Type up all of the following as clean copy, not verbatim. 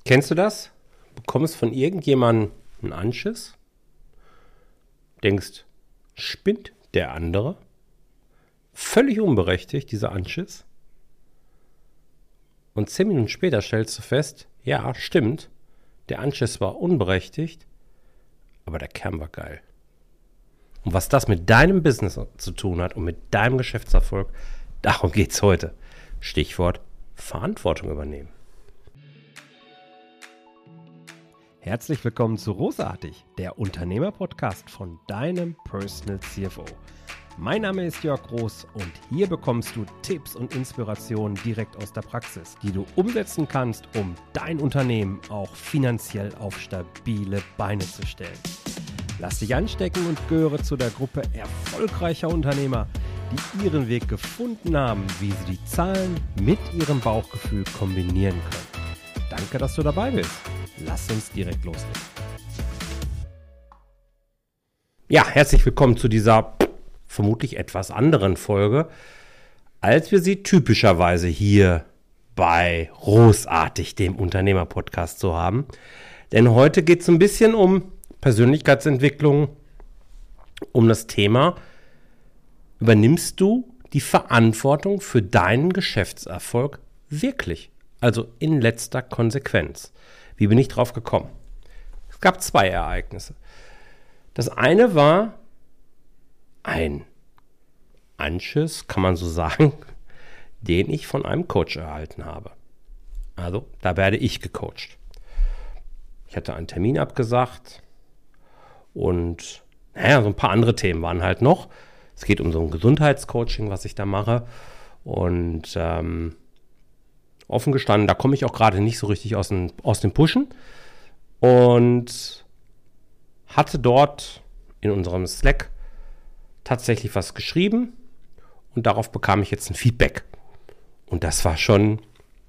Kennst du das? Du bekommst von irgendjemandem einen Anschiss, denkst, spinnt der andere? Völlig unberechtigt, dieser Anschiss. Und 10 Minuten später stellst du fest, ja, stimmt, der Anschiss war unberechtigt, aber der Kern war geil. Und was das mit deinem Business zu tun hat und mit deinem Geschäftserfolg, darum geht's heute. Stichwort Verantwortung übernehmen. Herzlich willkommen zu Großartig, der Unternehmer-Podcast von deinem Personal CFO. Mein Name ist Jörg Groß und hier bekommst du Tipps und Inspirationen direkt aus der Praxis, die du umsetzen kannst, um dein Unternehmen auch finanziell auf stabile Beine zu stellen. Lass dich anstecken und gehöre zu der Gruppe erfolgreicher Unternehmer, die ihren Weg gefunden haben, wie sie die Zahlen mit ihrem Bauchgefühl kombinieren können. Danke, dass du dabei bist. Lass uns direkt loslegen. Ja, herzlich willkommen zu dieser vermutlich etwas anderen Folge, als wir sie typischerweise hier bei Großartig, dem Unternehmer-Podcast, so haben. Denn heute geht es ein bisschen um Persönlichkeitsentwicklung, um das Thema, übernimmst du die Verantwortung für deinen Geschäftserfolg wirklich? Also in letzter Konsequenz. Wie bin ich drauf gekommen? Es gab 2 Ereignisse. Das eine war ein Anschiss, kann man so sagen, den ich von einem Coach erhalten habe. Also, da werde ich gecoacht. Ich hatte einen Termin abgesagt und so ein paar andere Themen waren halt noch. Es geht um so ein Gesundheitscoaching, was ich da mache. Und offen gestanden, da komme ich auch gerade nicht so richtig aus dem Pushen. Und hatte dort in unserem Slack tatsächlich was geschrieben. Und darauf bekam ich jetzt ein Feedback. Und das war schon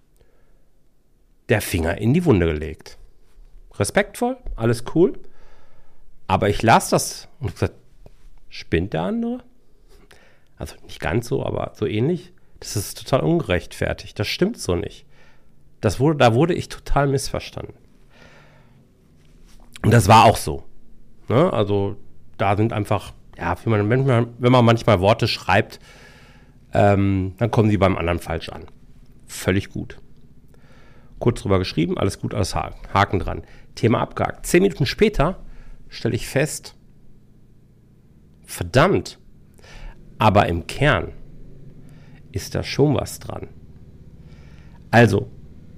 der Finger in die Wunde gelegt. Respektvoll, alles cool. Aber ich las das und gesagt, spinnt der andere? Also nicht ganz so, aber so ähnlich. Das ist total ungerechtfertigt. Das stimmt so nicht. Da wurde ich total missverstanden. Und das war auch so. Ne? Also da sind einfach, ja, wenn man manchmal Worte schreibt, dann kommen sie beim anderen falsch an. Völlig gut. Kurz drüber geschrieben, alles gut, alles Haken dran. Thema abgehakt. 10 Minuten später stelle ich fest, verdammt, aber im Kern ist da schon was dran. Also,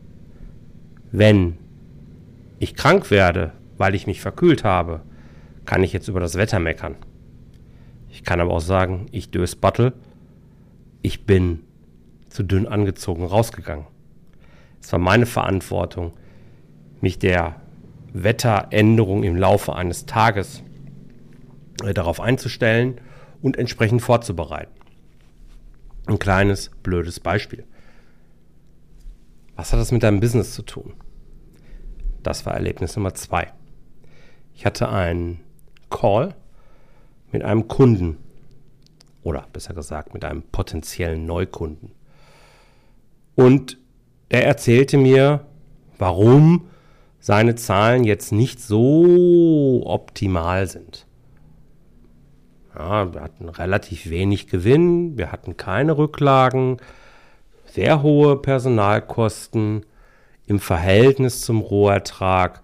wenn ich krank werde, weil ich mich verkühlt habe, kann ich jetzt über das Wetter meckern. Ich kann aber auch sagen, ich Dösbattel, ich bin zu dünn angezogen rausgegangen. Es war meine Verantwortung, mich der Wetteränderung im Laufe eines Tages darauf einzustellen und entsprechend vorzubereiten. Ein kleines, blödes Beispiel. Was hat das mit deinem Business zu tun? Das war Erlebnis Nummer 2. Ich hatte einen Call mit einem Kunden oder besser gesagt mit einem potenziellen Neukunden. Und er erzählte mir, warum seine Zahlen jetzt nicht so optimal sind. Ja, wir hatten relativ wenig Gewinn, wir hatten keine Rücklagen, sehr hohe Personalkosten im Verhältnis zum Rohertrag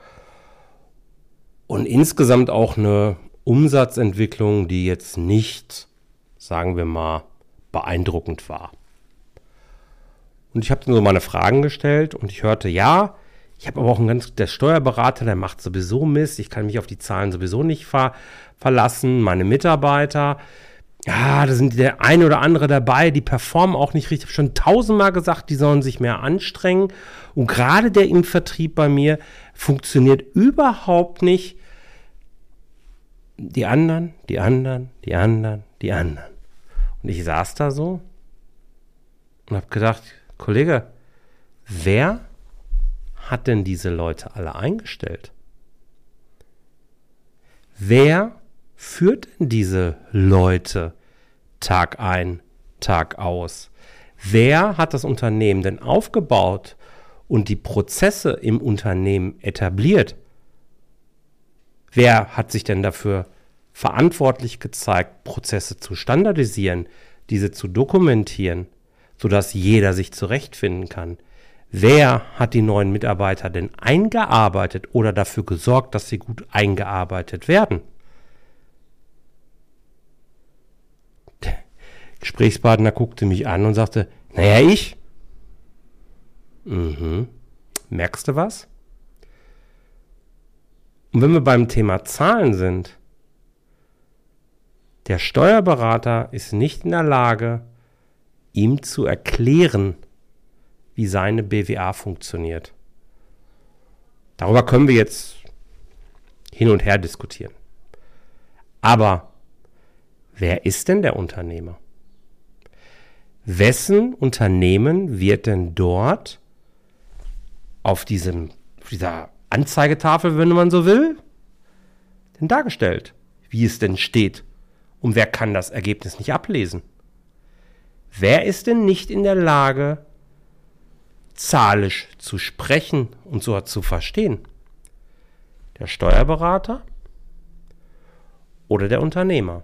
und insgesamt auch eine Umsatzentwicklung, die jetzt nicht, sagen wir mal, beeindruckend war. Und ich habe dann so meine Fragen gestellt und ich hörte, ja, ich habe aber auch der Steuerberater, der macht sowieso Mist, ich kann mich auf die Zahlen sowieso nicht verlassen, meine Mitarbeiter, ja, da sind der eine oder andere dabei, die performen auch nicht richtig. Ich habe schon 1000-mal gesagt, die sollen sich mehr anstrengen. Und gerade der im Vertrieb bei mir funktioniert überhaupt nicht. Die anderen. Und ich saß da so und habe gedacht, Kollege, wer hat denn diese Leute alle eingestellt? Wer führt denn diese Leute Tag ein, Tag aus? Wer hat das Unternehmen denn aufgebaut und die Prozesse im Unternehmen etabliert, wer hat sich denn dafür verantwortlich gezeigt, Prozesse zu standardisieren, diese zu dokumentieren, sodass jeder sich zurechtfinden kann? Wer hat die neuen Mitarbeiter denn eingearbeitet oder dafür gesorgt, dass sie gut eingearbeitet werden? Der Gesprächspartner guckte mich an und sagte, naja, ich. Merkst du was? Und wenn wir beim Thema Zahlen sind, der Steuerberater ist nicht in der Lage, ihm zu erklären, wie seine BWA funktioniert. Darüber können wir jetzt hin und her diskutieren. Aber wer ist denn der Unternehmer? Wessen Unternehmen wird denn dort auf dieser Anzeigetafel, wenn man so will, denn dargestellt, wie es denn steht? Und wer kann das Ergebnis nicht ablesen? Wer ist denn nicht in der Lage, zahlisch zu sprechen und so zu verstehen? Der Steuerberater oder der Unternehmer?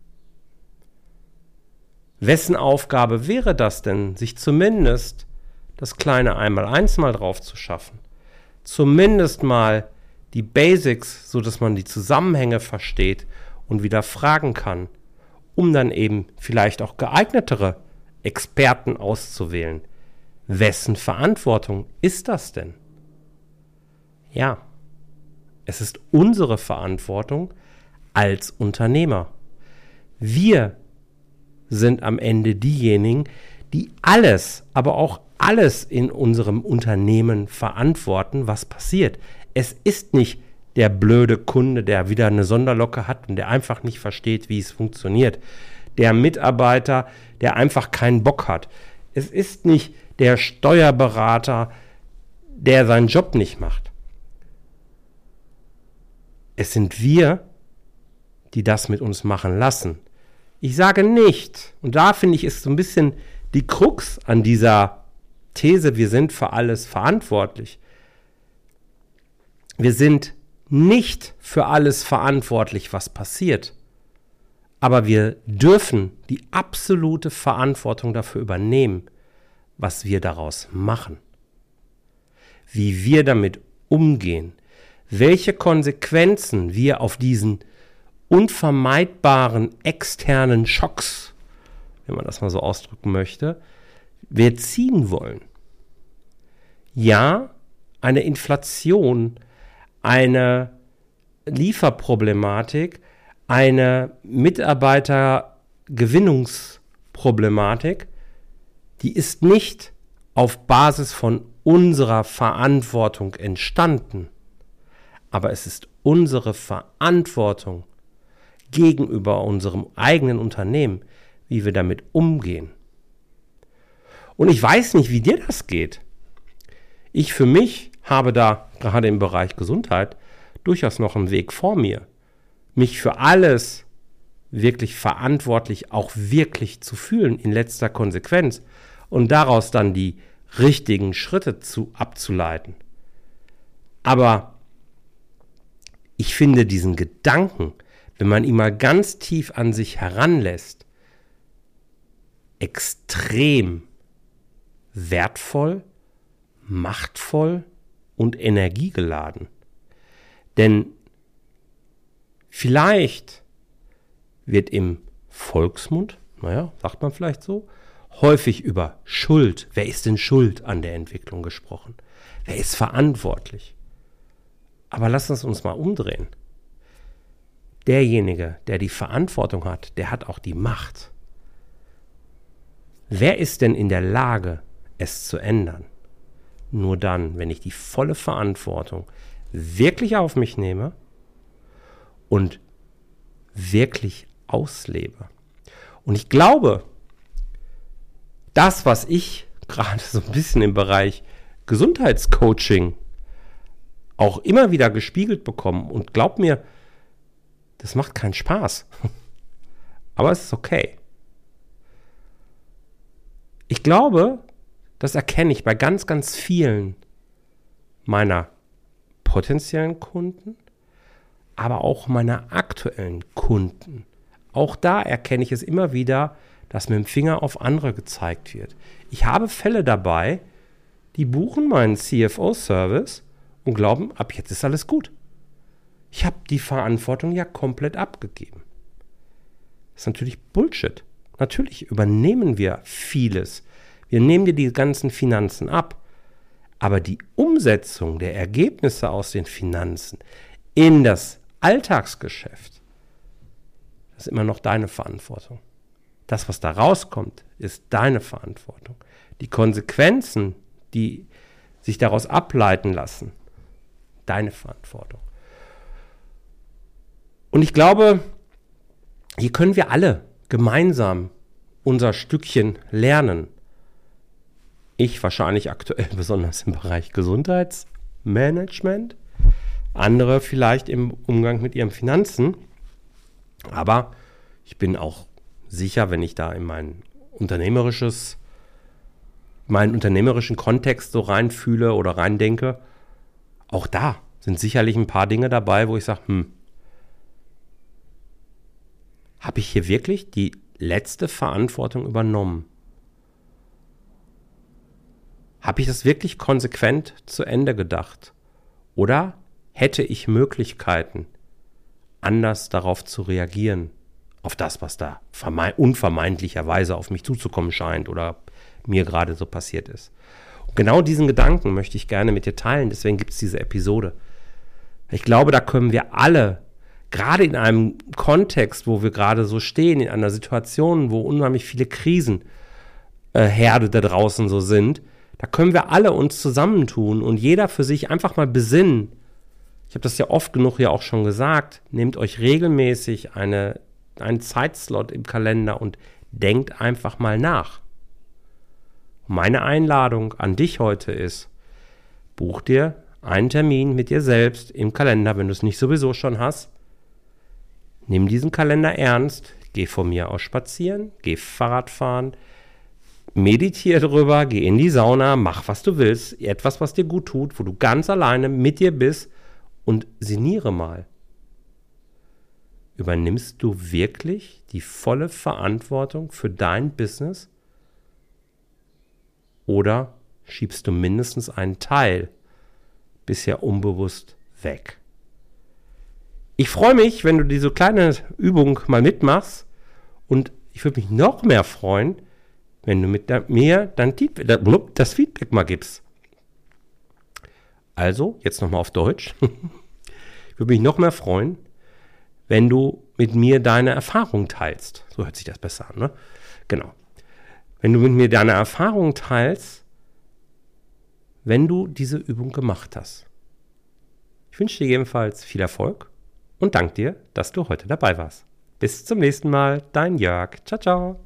Wessen Aufgabe wäre das denn, sich zumindest das kleine Einmaleins mal drauf zu schaffen? Zumindest mal die Basics, so dass man die Zusammenhänge versteht und wieder fragen kann, um dann eben vielleicht auch geeignetere Experten auszuwählen. Wessen Verantwortung ist das denn? Ja, es ist unsere Verantwortung als Unternehmer. Wir sind am Ende diejenigen, die alles, aber auch alles in unserem Unternehmen verantworten, was passiert. Es ist nicht der blöde Kunde, der wieder eine Sonderlocke hat und der einfach nicht versteht, wie es funktioniert. Der Mitarbeiter, der einfach keinen Bock hat. Es ist nicht der Steuerberater, der seinen Job nicht macht. Es sind wir, die das mit uns machen lassen. Ich sage nicht, und da finde ich, ist so ein bisschen die Krux an dieser These, wir sind für alles verantwortlich. Wir sind nicht für alles verantwortlich, was passiert. Aber wir dürfen die absolute Verantwortung dafür übernehmen, was wir daraus machen. Wie wir damit umgehen. Welche Konsequenzen wir auf diesen unvermeidbaren externen Schocks, wenn man das mal so ausdrücken möchte, wir ziehen wollen. Ja, eine Inflation, eine Lieferproblematik, eine Mitarbeitergewinnungsproblematik, die ist nicht auf Basis von unserer Verantwortung entstanden. Aber es ist unsere Verantwortung gegenüber unserem eigenen Unternehmen, wie wir damit umgehen. Und ich weiß nicht, wie dir das geht. Ich für mich habe da gerade im Bereich Gesundheit durchaus noch einen Weg vor mir, mich für alles wirklich verantwortlich auch wirklich zu fühlen in letzter Konsequenz und daraus dann die richtigen Schritte abzuleiten. Aber ich finde diesen Gedanken, wenn man ihn mal ganz tief an sich heranlässt, extrem wertvoll, machtvoll und energiegeladen. Denn vielleicht wird im Volksmund, sagt man vielleicht so, häufig über Schuld, wer ist denn schuld an der Entwicklung gesprochen? Wer ist verantwortlich? Aber lass uns mal umdrehen. Derjenige, der die Verantwortung hat, der hat auch die Macht. Wer ist denn in der Lage, es zu ändern? Nur dann, wenn ich die volle Verantwortung wirklich auf mich nehme und wirklich auslebe. Und ich glaube, das, was ich gerade so ein bisschen im Bereich Gesundheitscoaching auch immer wieder gespiegelt bekomme, und glaub mir, das macht keinen Spaß. Aber es ist okay. Ich glaube, das erkenne ich bei ganz, ganz vielen meiner potenziellen Kunden, aber auch meiner aktuellen Kunden. Auch da erkenne ich es immer wieder, dass mit dem Finger auf andere gezeigt wird. Ich habe Fälle dabei, die buchen meinen CFO-Service und glauben, ab jetzt ist alles gut. Ich habe die Verantwortung ja komplett abgegeben. Das ist natürlich Bullshit. Natürlich übernehmen wir vieles. Wir nehmen dir die ganzen Finanzen ab. Aber die Umsetzung der Ergebnisse aus den Finanzen in das Alltagsgeschäft, das ist immer noch deine Verantwortung. Das, was da rauskommt, ist deine Verantwortung. Die Konsequenzen, die sich daraus ableiten lassen, deine Verantwortung. Und ich glaube, hier können wir alle gemeinsam unser Stückchen lernen. Ich wahrscheinlich aktuell besonders im Bereich Gesundheitsmanagement, andere vielleicht im Umgang mit ihren Finanzen. Aber ich bin auch sicher, wenn ich da in meinen unternehmerischen Kontext so reinfühle oder reindenke, auch da sind sicherlich ein paar Dinge dabei, wo ich sage, habe ich hier wirklich die letzte Verantwortung übernommen? Habe ich das wirklich konsequent zu Ende gedacht? Oder hätte ich Möglichkeiten, anders darauf zu reagieren, auf das, was da unvermeidlicherweise auf mich zuzukommen scheint oder mir gerade so passiert ist? Und genau diesen Gedanken möchte ich gerne mit dir teilen, deswegen gibt es diese Episode. Ich glaube, da können wir alle, gerade in einem Kontext, wo wir gerade so stehen, in einer Situation, wo unheimlich viele Krisenherde da draußen so sind, da können wir alle uns zusammentun und jeder für sich einfach mal besinnen. Ich habe das ja oft genug ja auch schon gesagt. Nehmt euch regelmäßig einen Zeitslot im Kalender und denkt einfach mal nach. Meine Einladung an dich heute ist, buch dir einen Termin mit dir selbst im Kalender, wenn du es nicht sowieso schon hast. Nimm diesen Kalender ernst, geh von mir aus spazieren, geh Fahrrad fahren, meditiere drüber, geh in die Sauna, mach was du willst, etwas, was dir gut tut, wo du ganz alleine mit dir bist und sinniere mal. Übernimmst du wirklich die volle Verantwortung für dein Business oder schiebst du mindestens einen Teil bisher unbewusst weg? Ich freue mich, wenn du diese kleine Übung mal mitmachst und ich würde mich noch mehr freuen, wenn du mit mir dann das Feedback mal gibst. Also, jetzt nochmal auf Deutsch. Ich würde mich noch mehr freuen, wenn du mit mir deine Erfahrung teilst. So hört sich das besser an, ne? Genau. Wenn du mit mir deine Erfahrung teilst, wenn du diese Übung gemacht hast. Ich wünsche dir jedenfalls viel Erfolg und danke dir, dass du heute dabei warst. Bis zum nächsten Mal, dein Jörg. Ciao, ciao.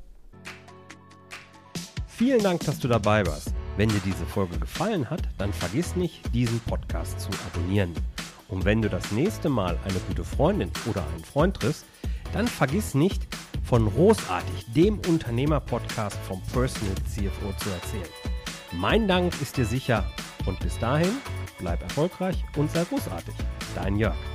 Vielen Dank, dass du dabei warst. Wenn dir diese Folge gefallen hat, dann vergiss nicht, diesen Podcast zu abonnieren. Und wenn du das nächste Mal eine gute Freundin oder einen Freund triffst, dann vergiss nicht, von Großartig, dem Unternehmer-Podcast vom Personal CFO zu erzählen. Mein Dank ist dir sicher und bis dahin, bleib erfolgreich und sei großartig. Dein Jörg.